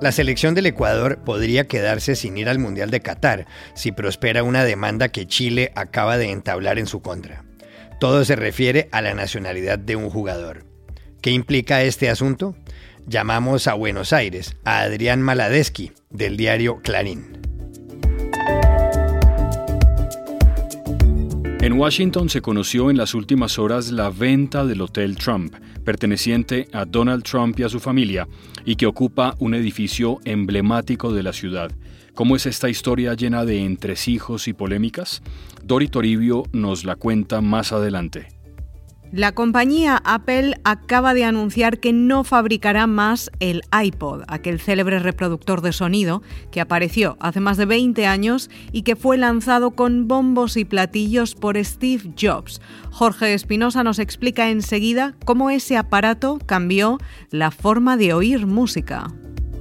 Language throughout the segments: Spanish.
La selección del Ecuador podría quedarse sin ir al Mundial de Qatar si prospera una demanda que Chile acaba de entablar en su contra. Todo se refiere a la nacionalidad de un jugador. ¿Qué implica este asunto? Llamamos a Buenos Aires a Adrián Maladeschi, del diario Clarín. En Washington se conoció en las últimas horas la venta del Hotel Trump, perteneciente a Donald Trump y a su familia, y que ocupa un edificio emblemático de la ciudad. ¿Cómo es esta historia llena de entresijos y polémicas? Dori Toribio nos la cuenta más adelante. La compañía Apple acaba de anunciar que no fabricará más el iPod, aquel célebre reproductor de sonido que apareció hace más de 20 años y que fue lanzado con bombos y platillos por Steve Jobs. Jorge Espinosa nos explica enseguida cómo ese aparato cambió la forma de oír música.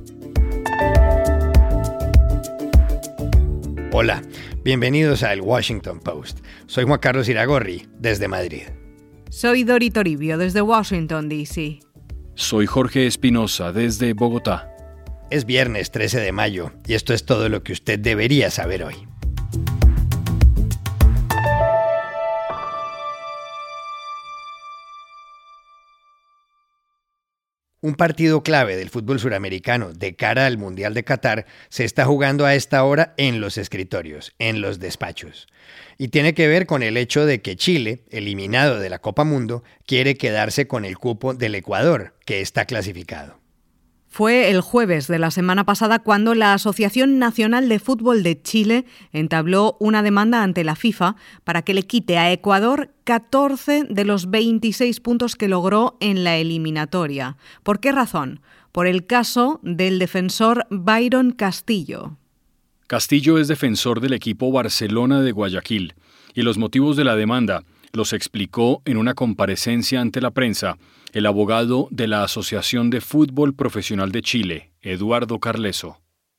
Hola, bienvenidos a El Washington Post. Soy Juan Carlos Iragorri, desde Madrid. Soy Dori Toribio, desde Washington, D.C. Soy Jorge Espinosa, desde Bogotá. Es viernes 13 de mayo y esto es todo lo que usted debería saber hoy. Un partido clave del fútbol suramericano de cara al Mundial de Qatar se está jugando a esta hora en los escritorios, en los despachos. Y tiene que ver con el hecho de que Chile, eliminado de la Copa Mundo, quiere quedarse con el cupo del Ecuador, que está clasificado. Fue el jueves de la semana pasada cuando la Asociación Nacional de Fútbol de Chile entabló una demanda ante la FIFA para que le quite a Ecuador 14 de los 26 puntos que logró en la eliminatoria. ¿Por qué razón? Por el caso del defensor Byron Castillo. Castillo es defensor del equipo Barcelona de Guayaquil y los motivos de la demanda los explicó en una comparecencia ante la prensa el abogado de la Asociación de Fútbol Profesional de Chile, Eduardo Carleso.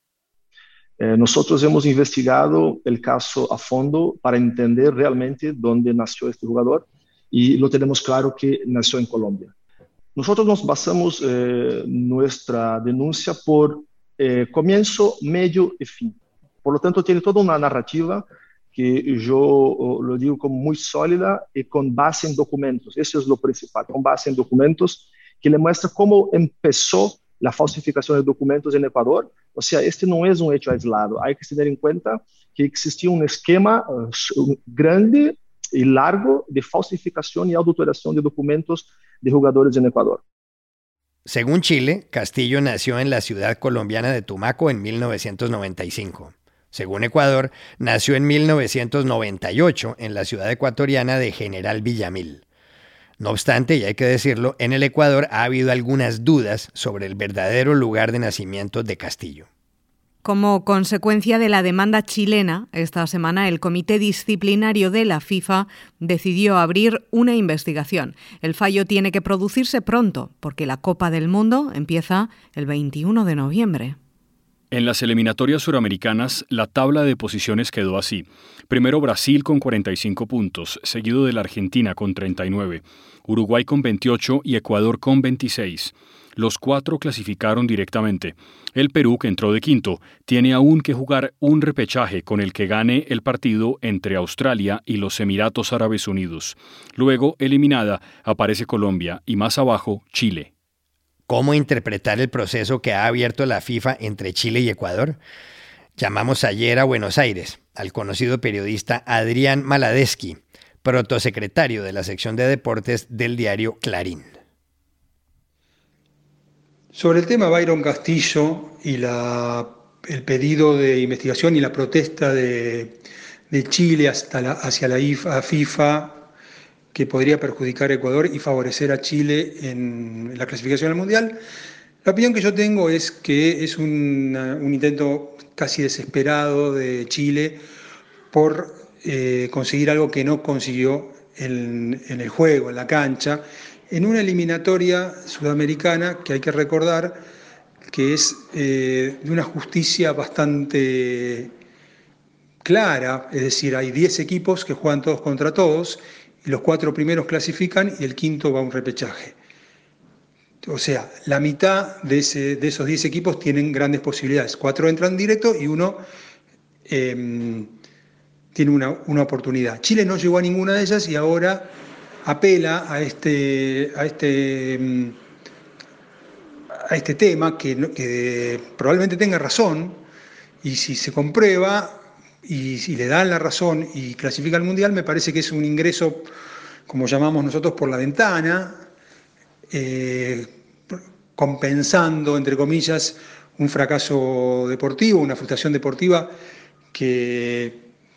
Nosotros hemos investigado el caso a fondo para entender realmente dónde nació este jugador y lo tenemos claro que nació en Colombia. Nosotros nos basamos nuestra denuncia por comienzo, medio y fin. Por lo tanto, tiene toda una narrativa que yo lo digo como muy sólida y con base en documentos. Eso es lo principal, con base en documentos que le muestra cómo empezó la falsificación de documentos en Ecuador. O sea, este no es un hecho aislado. Hay que tener en cuenta que existía un esquema grande y largo de falsificación y adulteración de documentos de jugadores en Ecuador. Según Chile, Castillo nació en la ciudad colombiana de Tumaco en 1995. Según Ecuador, nació en 1998 en la ciudad ecuatoriana de General Villamil. No obstante, y hay que decirlo, en el Ecuador ha habido algunas dudas sobre el verdadero lugar de nacimiento de Castillo. Como consecuencia de la demanda chilena, esta semana el Comité Disciplinario de la FIFA decidió abrir una investigación. El fallo tiene que producirse pronto, porque la Copa del Mundo empieza el 21 de noviembre. En las eliminatorias suramericanas, la tabla de posiciones quedó así. Primero Brasil con 45 puntos, seguido de la Argentina con 39, Uruguay con 28 y Ecuador con 26. Los 4 clasificaron directamente. El Perú, que entró de quinto, tiene aún que jugar un repechaje con el que gane el partido entre Australia y los Emiratos Árabes Unidos. Luego, eliminada, aparece Colombia y más abajo, Chile. ¿Cómo interpretar el proceso que ha abierto la FIFA entre Chile y Ecuador? Llamamos ayer a Buenos Aires al conocido periodista Adrián Maladeschi, protosecretario de la sección de deportes del diario Clarín. Sobre el tema Byron Castillo y el pedido de investigación y la protesta de Chile hacia la FIFA, que podría perjudicar a Ecuador y favorecer a Chile en la clasificación al Mundial. La opinión que yo tengo es que es un intento casi desesperado de Chile por conseguir algo que no consiguió en el juego, en la cancha, en una eliminatoria sudamericana que hay que recordar que es de una justicia bastante clara, es decir, hay 10 equipos que juegan todos contra todos, y los 4 primeros clasifican y el quinto va a un repechaje. O sea, la mitad de esos 10 equipos tienen grandes posibilidades. 4 entran directo y uno tiene una oportunidad. Chile no llegó a ninguna de ellas y ahora apela a este tema que probablemente tenga razón, y si se comprueba y si le dan la razón y clasifica al Mundial, me parece que es un ingreso, como llamamos nosotros, por la ventana, compensando, entre comillas, un fracaso deportivo, una frustración deportiva que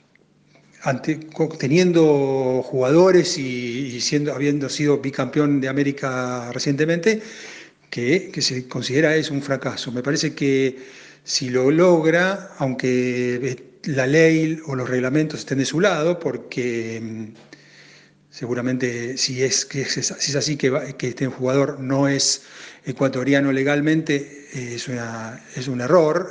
teniendo jugadores y habiendo sido bicampeón de América recientemente, que se considera es un fracaso. Me parece que si lo logra, aunque la ley o los reglamentos estén de su lado, porque seguramente si es así que este jugador no es ecuatoriano legalmente, es un error,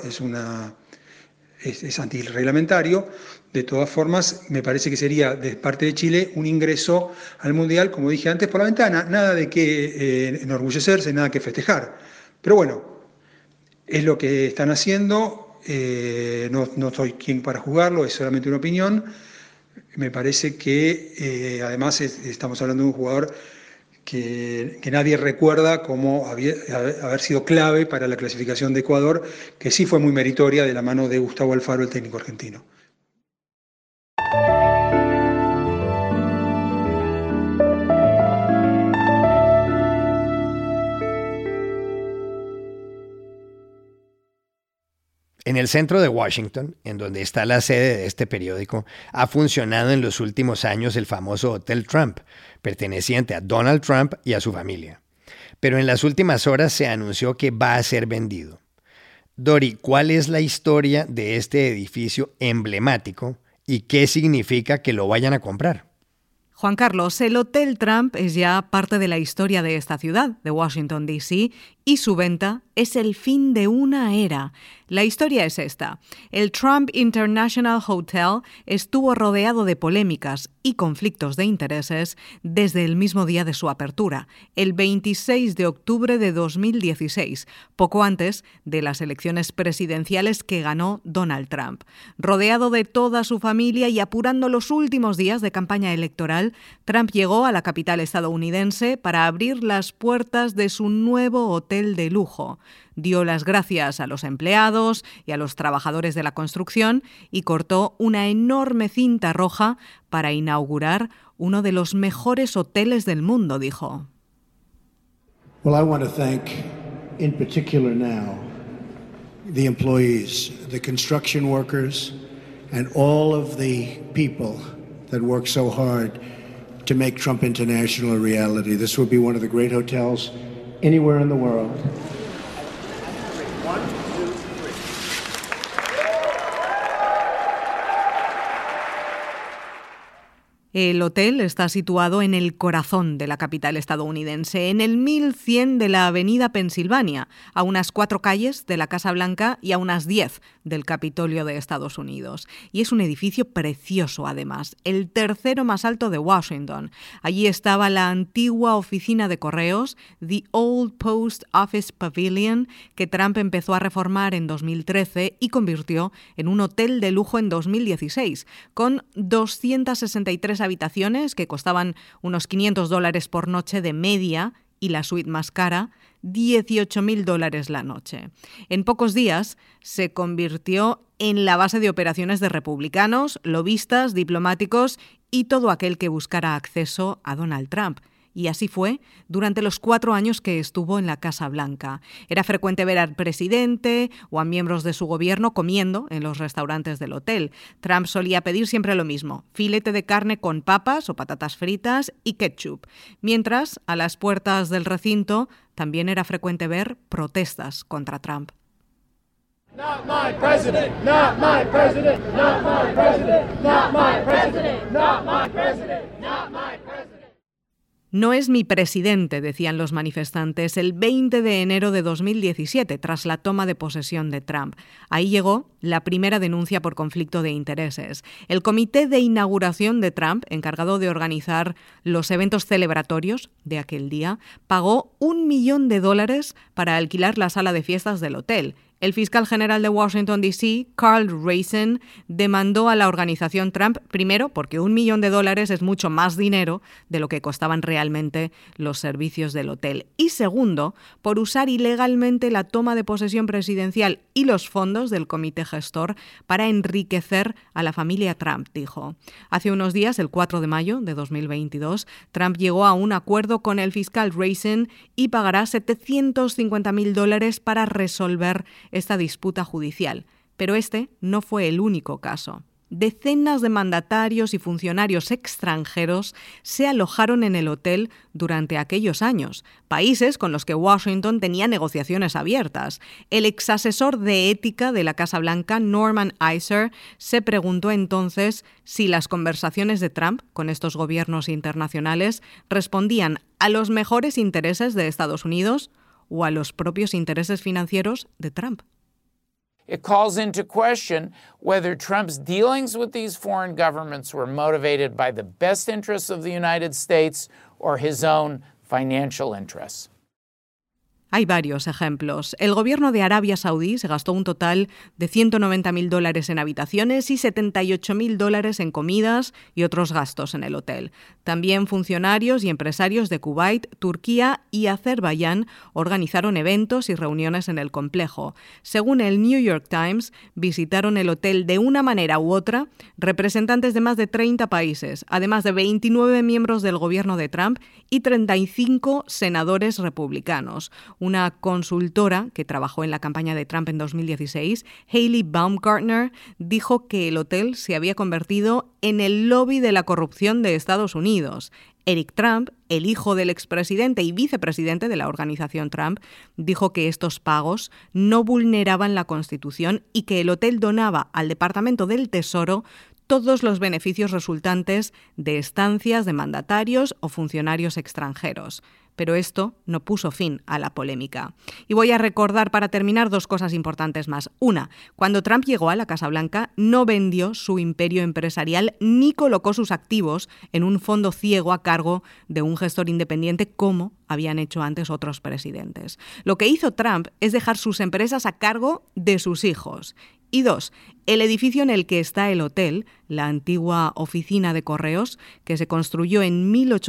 es antirreglamentario. De todas formas, me parece que sería de parte de Chile un ingreso al Mundial, como dije antes, por la ventana. Nada de que enorgullecerse, nada que festejar. Pero bueno, es lo que están haciendo. No soy quien para juzgarlo, es solamente una opinión. Me parece que además estamos hablando de un jugador que nadie recuerda como haber sido clave para la clasificación de Ecuador, que sí fue muy meritoria de la mano de Gustavo Alfaro, el técnico argentino. En el centro de Washington, en donde está la sede de este periódico, ha funcionado en los últimos años el famoso Hotel Trump, perteneciente a Donald Trump y a su familia. Pero en las últimas horas se anunció que va a ser vendido. Dori, ¿cuál es la historia de este edificio emblemático y qué significa que lo vayan a comprar? Juan Carlos, el Hotel Trump es ya parte de la historia de esta ciudad, de Washington, D.C., y su venta es el fin de una era. La historia es esta. El Trump International Hotel estuvo rodeado de polémicas y conflictos de intereses desde el mismo día de su apertura, el 26 de octubre de 2016, poco antes de las elecciones presidenciales que ganó Donald Trump. Rodeado de toda su familia y apurando los últimos días de campaña electoral, Trump llegó a la capital estadounidense para abrir las puertas de su nuevo hotel de lujo. Dio las gracias a los empleados y a los trabajadores de la construcción y cortó una enorme cinta roja para inaugurar uno de los mejores hoteles del mundo, dijo. Well, I want to thank in particular now the employees, the construction workers, and all of the people that work so hard to make Trump International a reality. This will be one of the great hotels anywhere in the world. El hotel está situado en el corazón de la capital estadounidense, en el 1100 de la avenida Pensilvania, a unas 4 calles de la Casa Blanca y a unas 10 del Capitolio de Estados Unidos. Y es un edificio precioso, además, el tercero más alto de Washington. Allí estaba la antigua oficina de correos, The Old Post Office Pavilion, que Trump empezó a reformar en 2013 y convirtió en un hotel de lujo en 2016, con 263 habitaciones que costaban unos $500 por noche de media y la suite más cara, $18,000 la noche. En pocos días se convirtió en la base de operaciones de republicanos, lobistas, diplomáticos y todo aquel que buscara acceso a Donald Trump. Y así fue durante los 4 años que estuvo en la Casa Blanca. Era frecuente ver al presidente o a miembros de su gobierno comiendo en los restaurantes del hotel. Trump solía pedir siempre lo mismo: filete de carne con papas o patatas fritas y ketchup. Mientras, a las puertas del recinto también era frecuente ver protestas contra Trump. Not my president, not my president, not my president, not my president, not my president, not my president. No es mi presidente, decían los manifestantes el 20 de enero de 2017, tras la toma de posesión de Trump. Ahí llegó la primera denuncia por conflicto de intereses. El comité de inauguración de Trump, encargado de organizar los eventos celebratorios de aquel día, pagó $1 millón para alquilar la sala de fiestas del hotel. El fiscal general de Washington, D.C., Karl Racine, demandó a la organización Trump, primero, porque $1 millón es mucho más dinero de lo que costaban realmente los servicios del hotel. Y segundo, por usar ilegalmente la toma de posesión presidencial y los fondos del comité gestor para enriquecer a la familia Trump, dijo. Hace unos días, el 4 de mayo de 2022, Trump llegó a un acuerdo con el fiscal Racine y pagará $750,000 para resolver esta disputa judicial. Pero este no fue el único caso. Decenas de mandatarios y funcionarios extranjeros se alojaron en el hotel durante aquellos años, países con los que Washington tenía negociaciones abiertas. El exasesor de ética de la Casa Blanca, Norman Iser, se preguntó entonces si las conversaciones de Trump con estos gobiernos internacionales respondían a los mejores intereses de Estados Unidos o a los propios intereses financieros de Trump. It calls into question whether Trump's dealings with these foreign governments were motivated by the best interests of the United States or his own financial interests. Hay varios ejemplos. El gobierno de Arabia Saudí se gastó un total de $190,000 en habitaciones y $78,000 en comidas y otros gastos en el hotel. También funcionarios y empresarios de Kuwait, Turquía y Azerbaiyán organizaron eventos y reuniones en el complejo. Según el New York Times, visitaron el hotel de una manera u otra representantes de más de 30 países, además de 29 miembros del gobierno de Trump y 35 senadores republicanos. Una consultora que trabajó en la campaña de Trump en 2016, Haley Baumgartner, dijo que el hotel se había convertido en el lobby de la corrupción de Estados Unidos. Eric Trump, el hijo del expresidente y vicepresidente de la organización Trump, dijo que estos pagos no vulneraban la Constitución y que el hotel donaba al Departamento del Tesoro todos los beneficios resultantes de estancias de mandatarios o funcionarios extranjeros. Pero esto no puso fin a la polémica. Y voy a recordar para terminar dos cosas importantes más. Una, cuando Trump llegó a la Casa Blanca no vendió su imperio empresarial ni colocó sus activos en un fondo ciego a cargo de un gestor independiente como habían hecho antes otros presidentes. Lo que hizo Trump es dejar sus empresas a cargo de sus hijos. Y dos, el edificio en el que está el hotel, la antigua oficina de correos, que se construyó en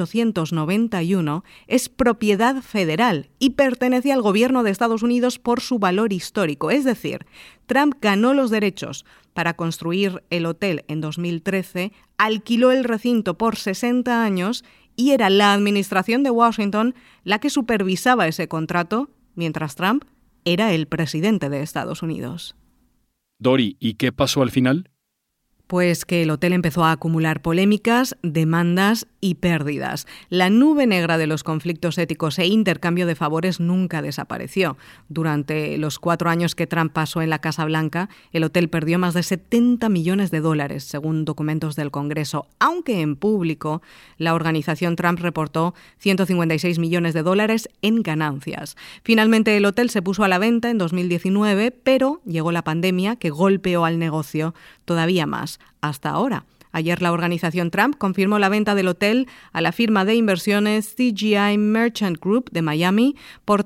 1891, es propiedad federal y pertenece al gobierno de Estados Unidos por su valor histórico. Es decir, Trump ganó los derechos para construir el hotel en 2013, alquiló el recinto por 60 años y era la administración de Washington la que supervisaba ese contrato, mientras Trump era el presidente de Estados Unidos. Dori, ¿y qué pasó al final? Pues que el hotel empezó a acumular polémicas, demandas y pérdidas. La nube negra de los conflictos éticos e intercambio de favores nunca desapareció. Durante los 4 años que Trump pasó en la Casa Blanca, el hotel perdió más de $70 millones, según documentos del Congreso, aunque en público la organización Trump reportó $156 millones en ganancias. Finalmente el hotel se puso a la venta en 2019, pero llegó la pandemia que golpeó al negocio todavía más. Hasta ahora. Ayer la organización Trump confirmó la venta del hotel a la firma de inversiones CGI Merchant Group de Miami por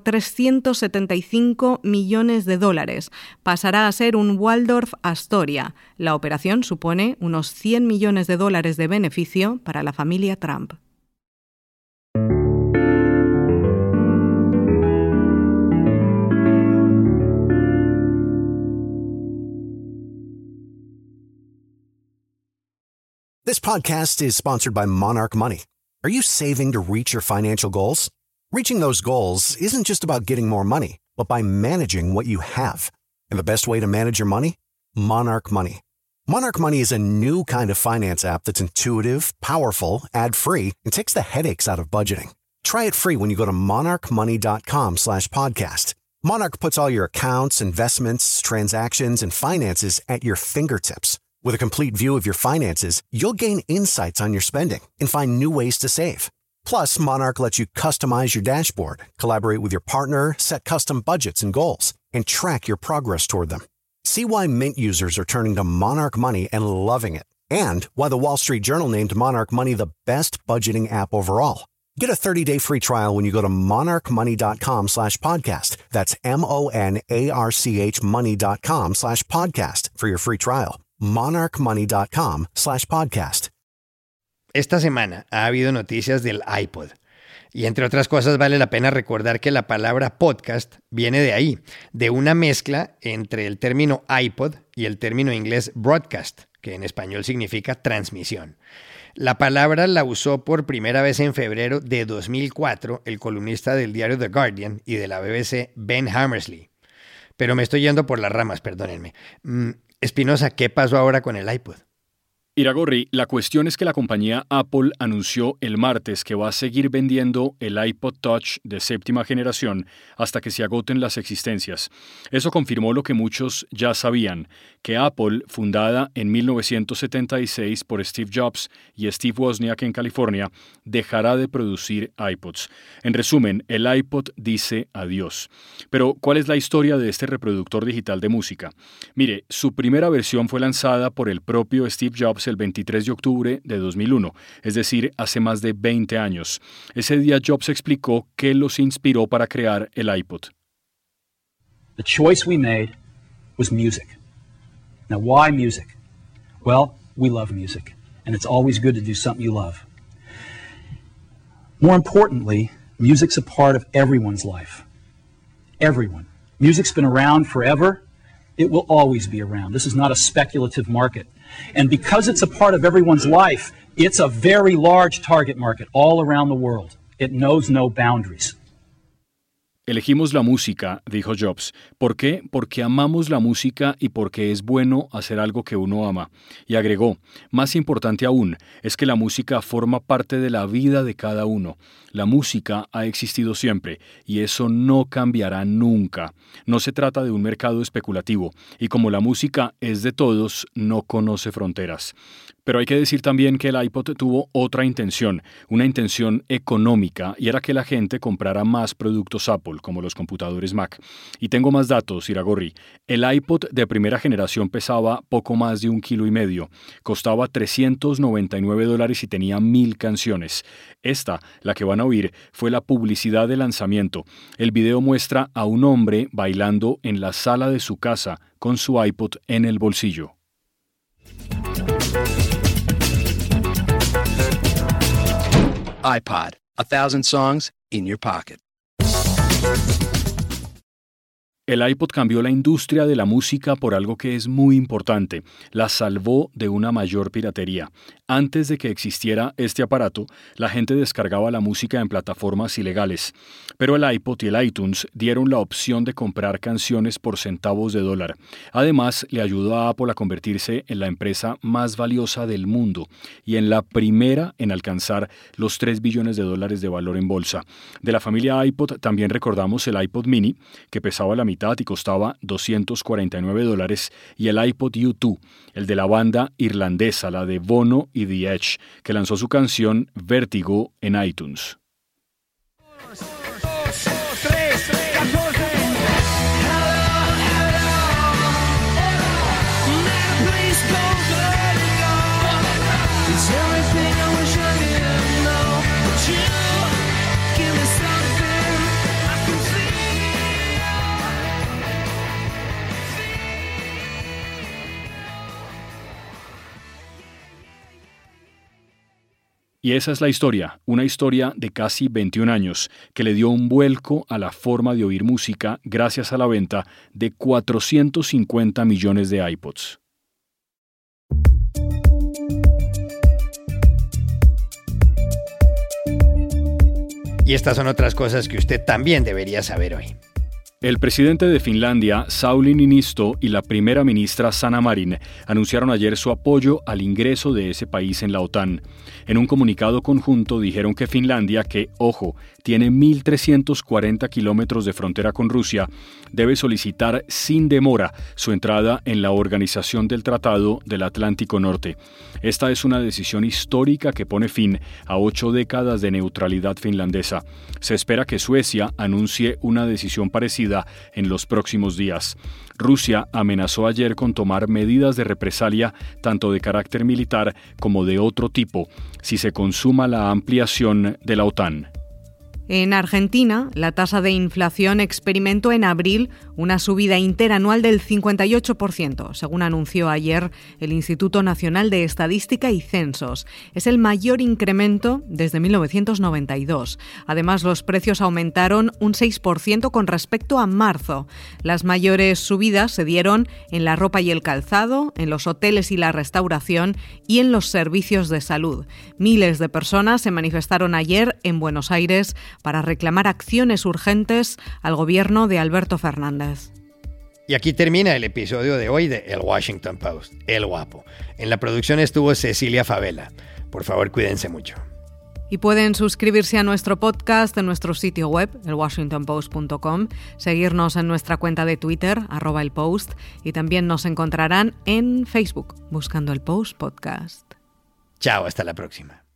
$375 millones. Pasará a ser un Waldorf Astoria. La operación supone unos $100 millones de beneficio para la familia Trump. This podcast is sponsored by Monarch Money. Are you saving to reach your financial goals? Reaching those goals isn't just about getting more money, but by managing what you have. And the best way to manage your money? Monarch Money. Monarch Money is a new kind of finance app that's intuitive, powerful, ad-free, and takes the headaches out of budgeting. Try it free when you go to monarchmoney.com/podcast. Monarch puts all your accounts, investments, transactions, and finances at your fingertips. With a complete view of your finances, you'll gain insights on your spending and find new ways to save. Plus, Monarch lets you customize your dashboard, collaborate with your partner, set custom budgets and goals, and track your progress toward them. See why Mint users are turning to Monarch Money and loving it, and why the Wall Street Journal named Monarch Money the best budgeting app overall. Get a 30-day free trial when you go to monarchmoney.com/podcast. That's MONARCH money.com/podcast for your free trial. monarchmoney.com/podcast. Esta semana ha habido noticias del iPod. Y entre otras cosas vale la pena recordar que la palabra podcast viene de ahí, de una mezcla entre el término iPod y el término inglés broadcast, que en español significa transmisión. La palabra la usó por primera vez en febrero de 2004 el columnista del diario The Guardian y de la BBC, Ben Hammersley. Pero me estoy yendo por las ramas, perdónenme. Espinosa, ¿qué pasó ahora con el iPod? Iragorri, la cuestión es que la compañía Apple anunció el martes que va a seguir vendiendo el iPod Touch de séptima generación hasta que se agoten las existencias. Eso confirmó lo que muchos ya sabían, que Apple, fundada en 1976 por Steve Jobs y Steve Wozniak en California, dejará de producir iPods. En resumen, el iPod dice adiós. Pero, ¿cuál es la historia de este reproductor digital de música? Mire, su primera versión fue lanzada por el propio Steve Jobs el 23 de octubre de 2001, es decir, hace más de 20 años. Ese día Jobs explicó qué los inspiró para crear el iPod. The choice we made was music. Now, why music? Well, we love music, and it's always good to do something you love. More importantly, music's a part of everyone's life. Everyone. Music's been around forever. It will always be around. This is not a speculative market. And because it's a part of everyone's life, it's a very large target market all around the world. It knows no boundaries. Elegimos la música, dijo Jobs. ¿Por qué? Porque amamos la música y porque es bueno hacer algo que uno ama. Y agregó, más importante aún, es que la música forma parte de la vida de cada uno. La música ha existido siempre y eso no cambiará nunca. No se trata de un mercado especulativo y como la música es de todos, no conoce fronteras. Pero hay que decir también que el iPod tuvo otra intención, una intención económica, y era que la gente comprara más productos Apple, como los computadores Mac. Y tengo más datos, Iragorri. El iPod de primera generación pesaba poco más de 1,5 kilos. Costaba $399 y tenía 1,000 canciones. Esta, la que van a oír, fue la publicidad de lanzamiento. El video muestra a un hombre bailando en la sala de su casa con su iPod en el bolsillo. iPod, 1,000 songs in your pocket. El iPod cambió la industria de la música por algo que es muy importante. La salvó de una mayor piratería. Antes de que existiera este aparato, la gente descargaba la música en plataformas ilegales. Pero el iPod y el iTunes dieron la opción de comprar canciones por centavos de dólar. Además, le ayudó a Apple a convertirse en la empresa más valiosa del mundo y en la primera en alcanzar los $3 billones de valor en bolsa. De la familia iPod también recordamos el iPod Mini, que pesaba la mitad y costaba $249, y el iPod U2, el de la banda irlandesa, la de Bono y The Edge, que lanzó su canción Vertigo en iTunes. Y esa es la historia, una historia de casi 21 años, que le dio un vuelco a la forma de oír música gracias a la venta de 450 millones de iPods. Y estas son otras cosas que usted también debería saber hoy. El presidente de Finlandia, Sauli Niinisto, y la primera ministra Sanna Marin anunciaron ayer su apoyo al ingreso de ese país en la OTAN. En un comunicado conjunto dijeron que Finlandia, que, ojo, tiene 1.340 kilómetros de frontera con Rusia, debe solicitar sin demora su entrada en la Organización del Tratado del Atlántico Norte. Esta es una decisión histórica que pone fin a 8 décadas de neutralidad finlandesa. Se espera que Suecia anuncie una decisión parecida en los próximos días. Rusia amenazó ayer con tomar medidas de represalia tanto de carácter militar como de otro tipo si se consuma la ampliación de la OTAN. En Argentina, la tasa de inflación experimentó en abril una subida interanual del 58%, según anunció ayer el Instituto Nacional de Estadística y Censos. Es el mayor incremento desde 1992. Además, los precios aumentaron un 6% con respecto a marzo. Las mayores subidas se dieron en la ropa y el calzado, en los hoteles y la restauración y en los servicios de salud. Miles de personas se manifestaron ayer en Buenos Aires para reclamar acciones urgentes al gobierno de Alberto Fernández. Y aquí termina el episodio de hoy de El Washington Post, El Guapo. En la producción estuvo Cecilia Favela. Por favor, cuídense mucho. Y pueden suscribirse a nuestro podcast en nuestro sitio web, elwashingtonpost.com, seguirnos en nuestra cuenta de Twitter, @elpost, y también nos encontrarán en Facebook, buscando El Post Podcast. Chao, hasta la próxima.